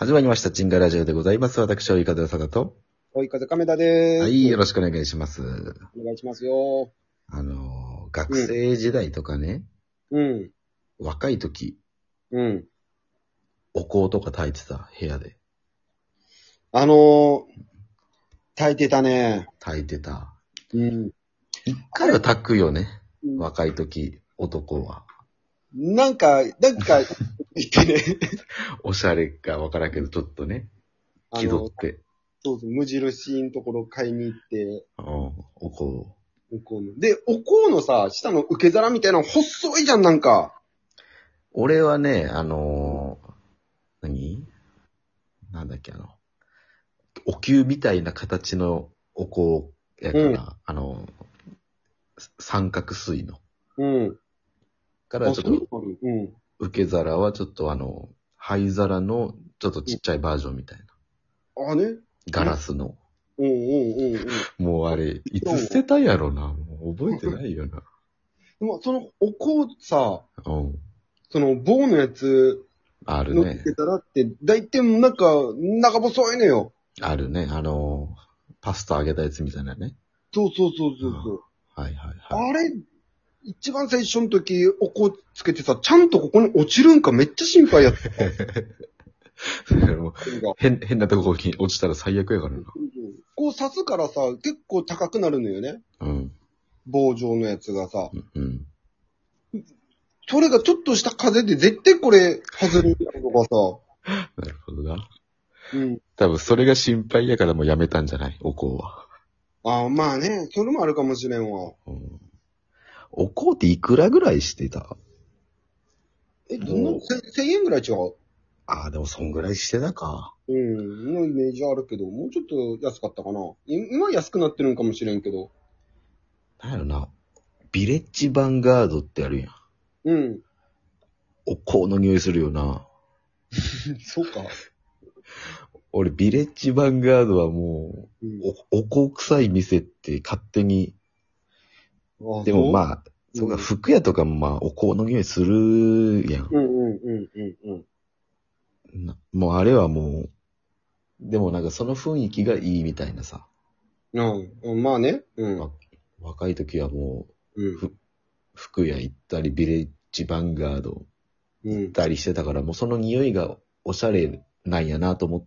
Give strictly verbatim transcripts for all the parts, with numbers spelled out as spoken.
始まりました、チンガラジオでございます。私は、いかださだと。 追い風亀田でーす。 はい、よろしくお願いします。 お願いしますよ。 あの、学生時代とかね、 うん。 若い時、 うん。 お香とか焚いてた、部屋で。 あのー、炊いてたね。 焚いてた。 うん。 一回は焚くよね、 うん若い時、男は。 なんか、なんか、言ってね。 おしゃれかわからんけど、ちょっとね、気取って。 そうそう、無印のところ買いに行って、 うん、お香。 お香の。で、お香のさ、下の受け皿みたいなの細いじゃん、なんか。 俺はね、あのー、何なんだっけ、あの、お灸みたいな形のお香やから、 うんあの、三角錐の。 うん。 からちょっと、 うん。 受け皿はちょっとあの、灰皿のちょっとちっちゃいバージョンみたいな。 あね。 ガラスの。 うんうんうんうん。 もうあれ、いつ捨てたんやろな。もう覚えてないよな。 でも、そのお香さ、 うん。 その棒のやつのあるね受け。皿って、大体なんか、長細いのよ。 あるね。あの、パスタ揚げたやつみたいなね。 そうそうそうそうそう。 はいはいはい。 あれ、一番最初の時、お香つけてさ、ちゃんとここに落ちるんかめっちゃ心配やった。 もう変、変なとこに落ちたら最悪やからな。 こう刺すからさ、結構高くなるのよね。 うん。 棒状のやつがさ。 うん。 それがちょっとした風で絶対これ外れるとかさ。 なるほどな。 うん。 多分それが心配やからもうやめたんじゃないお香は。 ああ、まあね、それもあるかもしれんわ。 うん、お香っていくらぐらいしてた？ え、どんな、せんえんぐらい違う？ ああ、でもそんぐらいしてたか。 うん、のイメージあるけど、もうちょっと安かったかな。い今安くなってるんかもしれんけど。 なんやろな。ビレッジヴァンガードってあるやん。 うん。 お香の匂いするよな。 そうか。 俺、ビレッジヴァンガードはもう、うん、お、お香臭い店って勝手に。あでもまあ、そうか、服屋とかもまあ、お香の匂いするやん。 うんうんうんうんうん。 もうあれはもう、でもなんかその雰囲気がいいみたいなさ。 うん、まあね。うん。 若い時はもう、 うん、 服屋行ったり、ビレッジヴァンガード行ったりしてたから、うん、もうその匂いがおしゃれなんやなと思って、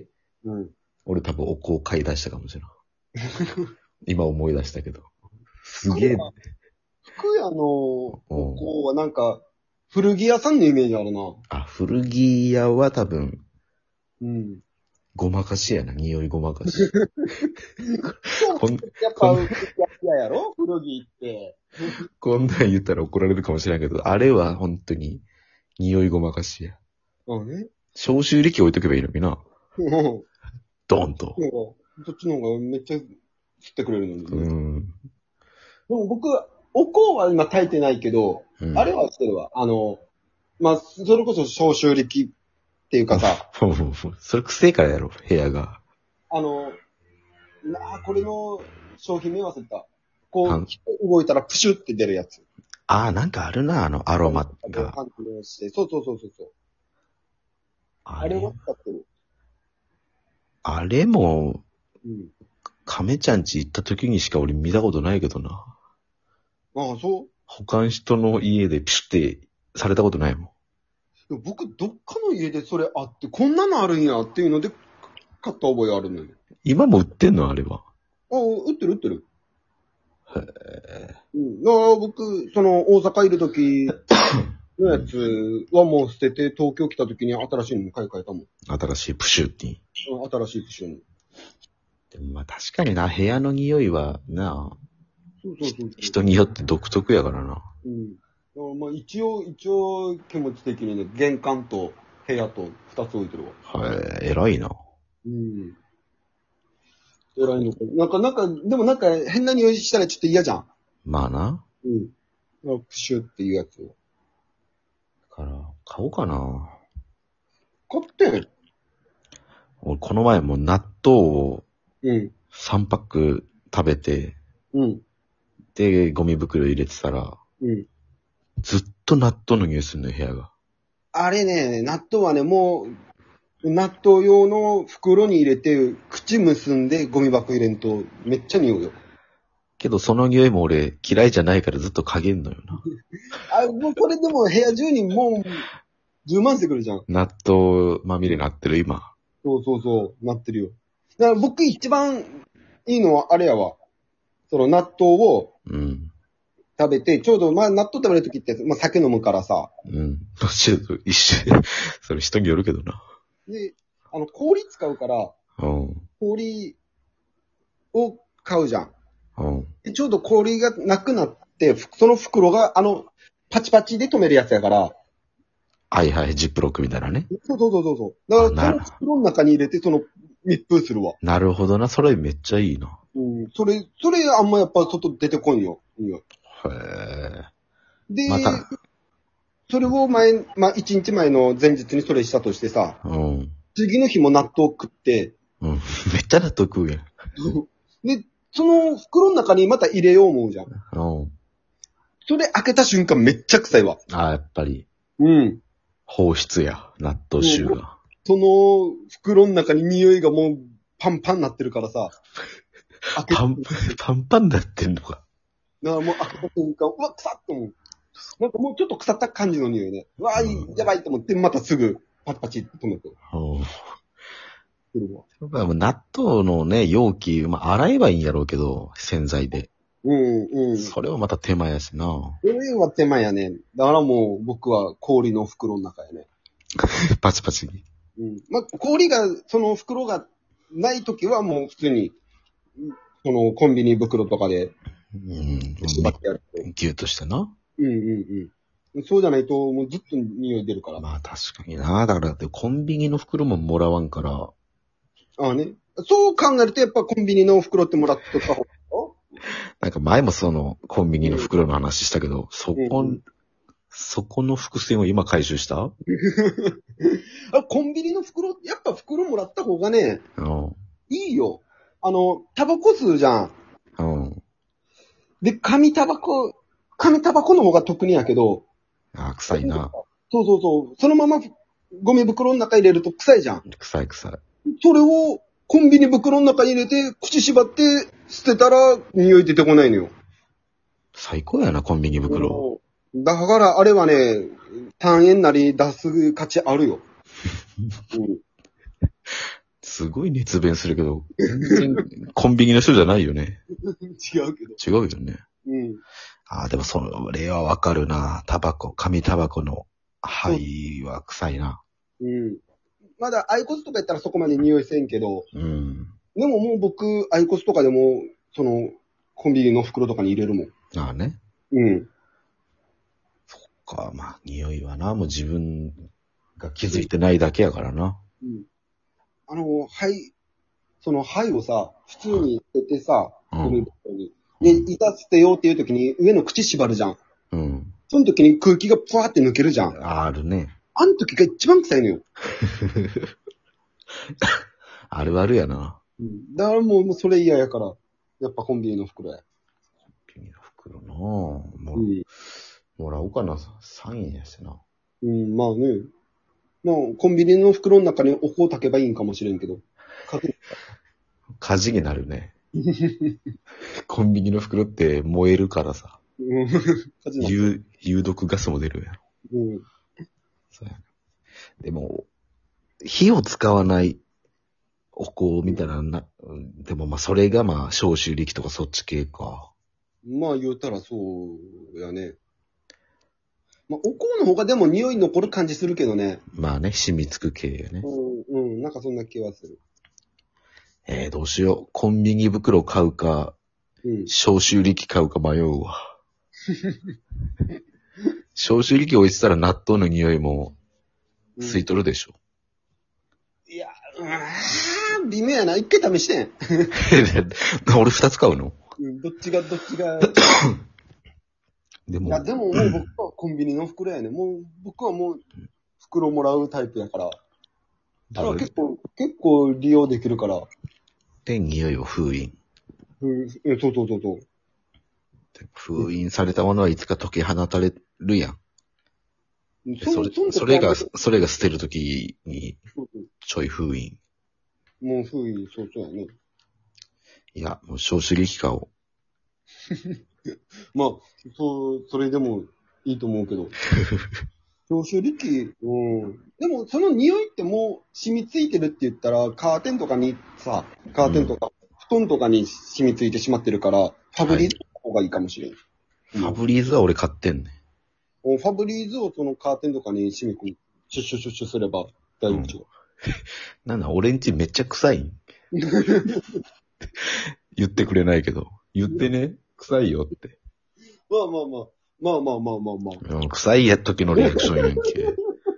うん、俺多分お香買い出したかもしれない。今思い出したけど。すげえ。 服屋のお香はなんか、古着屋さんのイメージあるな。 あ、古着屋は多分、 うん。 ごまかしやな、匂いごまかし。 こんやっぱ、古着屋やろ古着って。 こんなん言ったら怒られるかもしれないけど、あれは本当に、匂いごまかしや。 あね。 消臭力置いとけばいいのにな。ドンと。 そっちの方がめっちゃ吸ってくれるのに、ね。 うん。 でも僕、お香は今炊いてないけど、うん、あれはしてるわ。あの、まあ、それこそ消臭力っていうかさ。 それ癖からやろ、部屋が。 あの、なあ、これの商品名忘れた。こう、動いたらプシュって出るやつ。 ああ、なんかあるな、あの、アロマが。 そうそうそうそうそう。あれは使ってる。 あれも、うん、亀ちゃん家行った時にしか俺見たことないけどな。 ああ、そう他の人の家でピシュってされたことないもん。僕、どっかの家でそれあって、こんなのあるんやっていうので、買った覚えあるのよ。 今も売ってんのあれは。 ああ、売ってる売ってる。 へえ。 うん。だから僕、その、大阪いる時のやつはもう捨てて、東京来た時に新しいのも買い替えたもん。 新しいプシュってに。 新しいプシュに。 でもまあ確かにな、部屋の匂いはな、 そうそうそうそう人によって独特やからな。 うん。だからまあ一応、一応気持ち的にね、玄関と部屋と二つ置いてるわ。 はい、偉いな。 うん。偉いのか。なんか、なんか、でもなんか変な匂いしたらちょっと嫌じゃん。 まあな。 うん。プシュっていうやつを。 だから、買おうかな。 買ってん。 俺、この前も納豆を、 うん。 さんパック食べて、 うん。 で、ゴミ袋入れてたら、 うん。 ずっと納豆の匂いするのよ、部屋が。 あれね、納豆はね、もう、 納豆用の袋に入れて、口結んでゴミ箱入れんと、めっちゃ匂うよ。 けどその匂いも俺嫌いじゃないからずっと嗅げんのよな。 あ、もうこれでも部屋中にもう、充満してくるじゃん。 納豆まみれになってる今。 そうそうそう、なってるよ。だから僕一番いいのはあれやわ。その納豆をうん。 食べて、ちょうどまあ納豆食べるときって、まあ酒飲むからさ。 うん。ちょっと一緒。それ人によるけどな。 で、あの、氷使うから、 うん。 氷を買うじゃん。 うん。 でちょうど氷がなくなって、ふその袋があの、パチパチで止めるやつやから。 はいはい、ジップロックみたいなね。 そうそうそうそう。だから、その袋の中に入れて、その、密封するわ。 なるほどな、それめっちゃいいな。 うん。それ、それあんまやっぱ外出てこんよ。いいよ。 へえ。 で、 また。 それを前、まあ、一日前の前日にそれしたとしてさ。 うん。 次の日も納豆食って。 うん。めっちゃ納豆食うやん。 で、その袋の中にまた入れよう思うじゃん。 うん。 それ開けた瞬間めっちゃ臭いわ。 ああ、やっぱり。 うん。 放出や、納豆臭が。 その袋の中に匂いがもうパンパンになってるからさ。 パン、パンパンになってんのか。 だからもう開けた瞬間、うわ、臭っと思う。なんかもうちょっと腐った感じの匂いね。うわ、うん、やばいと思って、またすぐパチパチって止めて。うん。 やっぱ納豆のね、容器、まあ、洗えばいいんやろうけど、洗剤で。 うんうん。 それはまた手間やしな。 それは手間やね。だからもう僕は氷の袋の中やね。 パチパチに。 うん。まあ、氷が、その袋がないときはもう普通に、そのコンビニ袋とかで、 うん。 縛ってやる。 ギュッとしてな。 うんうんうん。そうじゃないと、もうずっと匂い出るから。 まあ確かにな。だからコンビニの袋ももらわんから。 ああね。そう考えるとやっぱコンビニの袋ってもらっとった方が。 なんか前もそのコンビニの袋の話したけど、うん、そこ、うん、そこの伏線を今回収したあコンビニの袋、やっぱ袋もらった方がね、 うん、 いいよ。あの、タバコ吸うじゃん。うん。で、紙タバコ、紙タバコの方が特にやけど。 ああ、臭いな。 そうそうそう。そのままゴミ袋の中入れると臭いじゃん。 臭い臭い。 それをコンビニ袋の中に入れて、口縛って捨てたら匂い出てこないのよ。 最高やな、コンビニ袋。 だからあれはね、単円なり出す価値あるよ。うん、 すごい熱弁するけど、全然コンビニの人じゃないよね。 違うけど。 違うよね。 うん。 ああ、でもそれはわかるな。タバコ、紙タバコの灰は臭いな。 うん。まだアイコスとかやったらそこまで匂いせんけど。うん。でももう僕、アイコスとかでも、その、コンビニの袋とかに入れるもん。 ああね。 うん。 そっか、まあ、匂いはな、もう自分が気づいてないだけやからな。 うん。あの、灰、その灰をさ、普通に捨ててさ、ゴミ袋に。で、いざ捨てようっていう時に上の口縛るじゃん。うん。その時に空気がぷわーって抜けるじゃん。 あるね。 あの時が一番臭いのよ。 あるあるやな。 うん。だからもう、もうそれ嫌やから、やっぱコンビニの袋や。 コンビニの袋なぁ。もう、うん、もらおうかな。さんえんやしな。 うん、まあね。まあ、コンビニの袋の中にお香を炊けばいいんかもしれんけど。 火事になるね。コンビニの袋って燃えるからさ。有、有毒ガスも出るやろ。うん。そうやな。でも、火を使わないお香みたいなな、でもまあそれがまあ消臭力とかそっち系か。 まあ言うたらそうやね。まあお香の方がでも匂い残る感じするけどね。 まあね、染みつく系やね。 うん、うん、なんかそんな気はする。 えー、どうしよう。コンビニ袋買うか、うん、消臭力買うか迷うわ。消臭力置いてたら納豆の匂いも吸い取るでしょ。 うん、いや、うーん、微妙やな。一回試してん。 俺二つ買うの？ うん、どっちがどっちが。 でも。 いや、でももう僕はコンビニの袋やね。もう僕はもう袋もらうタイプやから。だから結構、結構利用できるから。 で、匂いを封印。 うん、そうそうそうそう。 封印されたものはいつか解き放たれるやん。それ、それが、それが捨てるときに、 ちょい封印。 もう封印、そうそうやね。 いや、もう消臭力化を。 まあ、そう、それでもいいと思うけど。消臭力、うん。でも、その匂いってもう染みついてるって言ったら、カーテンとかにさ、カーテンとか、うん、布団とかに染みついてしまってるから、ファブリーズの方がいいかもしれん。はい、 ファブリーズは俺買ってんね。 ファブリーズをそのカーテンとかに染み込み、シュッシュッシュッシュすれば大丈夫、うん。 なんだ、俺んちめっちゃ臭いん言ってくれないけど。言ってね、臭いよって。 まあまあまあ。まあまあまあまあまあ。 うん、臭いや時のリアクションやんけ。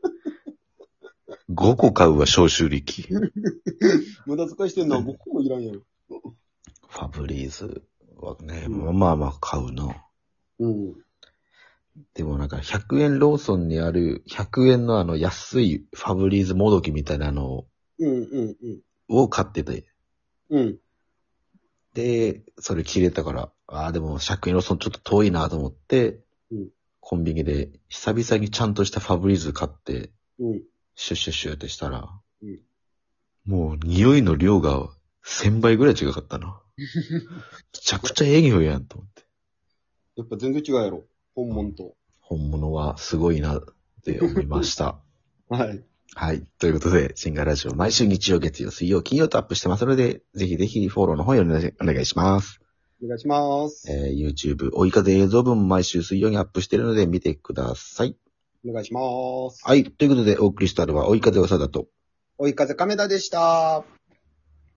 ごこ買うわ、消臭力。 無駄遣いしてんのはごこもいらんやろ。 ファブリーズはね、うん、まあまあ買うな。うん。でもなんかひゃくえんローソンにあるひゃくえんのあの安いファブリーズもどきみたいなのを、うんうんうん。を買ってて。うん。で、それ切れたから、ああ、でもひゃくえんローソンちょっと遠いなと思って、うん、コンビニで久々にちゃんとしたファブリーズ買って、うん、シュッシュッシュってしたら、うん、もう匂いの量がせんばいぐらい違かったな。めちゃくちゃええ匂いやんと思って。 やっぱ全然違うやろ。本物と。 本物はすごいなって思いました。 はい。 はい。ということで、シンガーラジオ毎週日曜、月曜、水曜、金曜とアップしてますので、ぜひぜひフォローの方よろしくお願いします。 お願いします。 えー、YouTube、追い風映像分も毎週水曜にアップしているので見てください。 お願いします。 はい。ということで、お送りしたのは追い風長田と、 追い風亀田でした。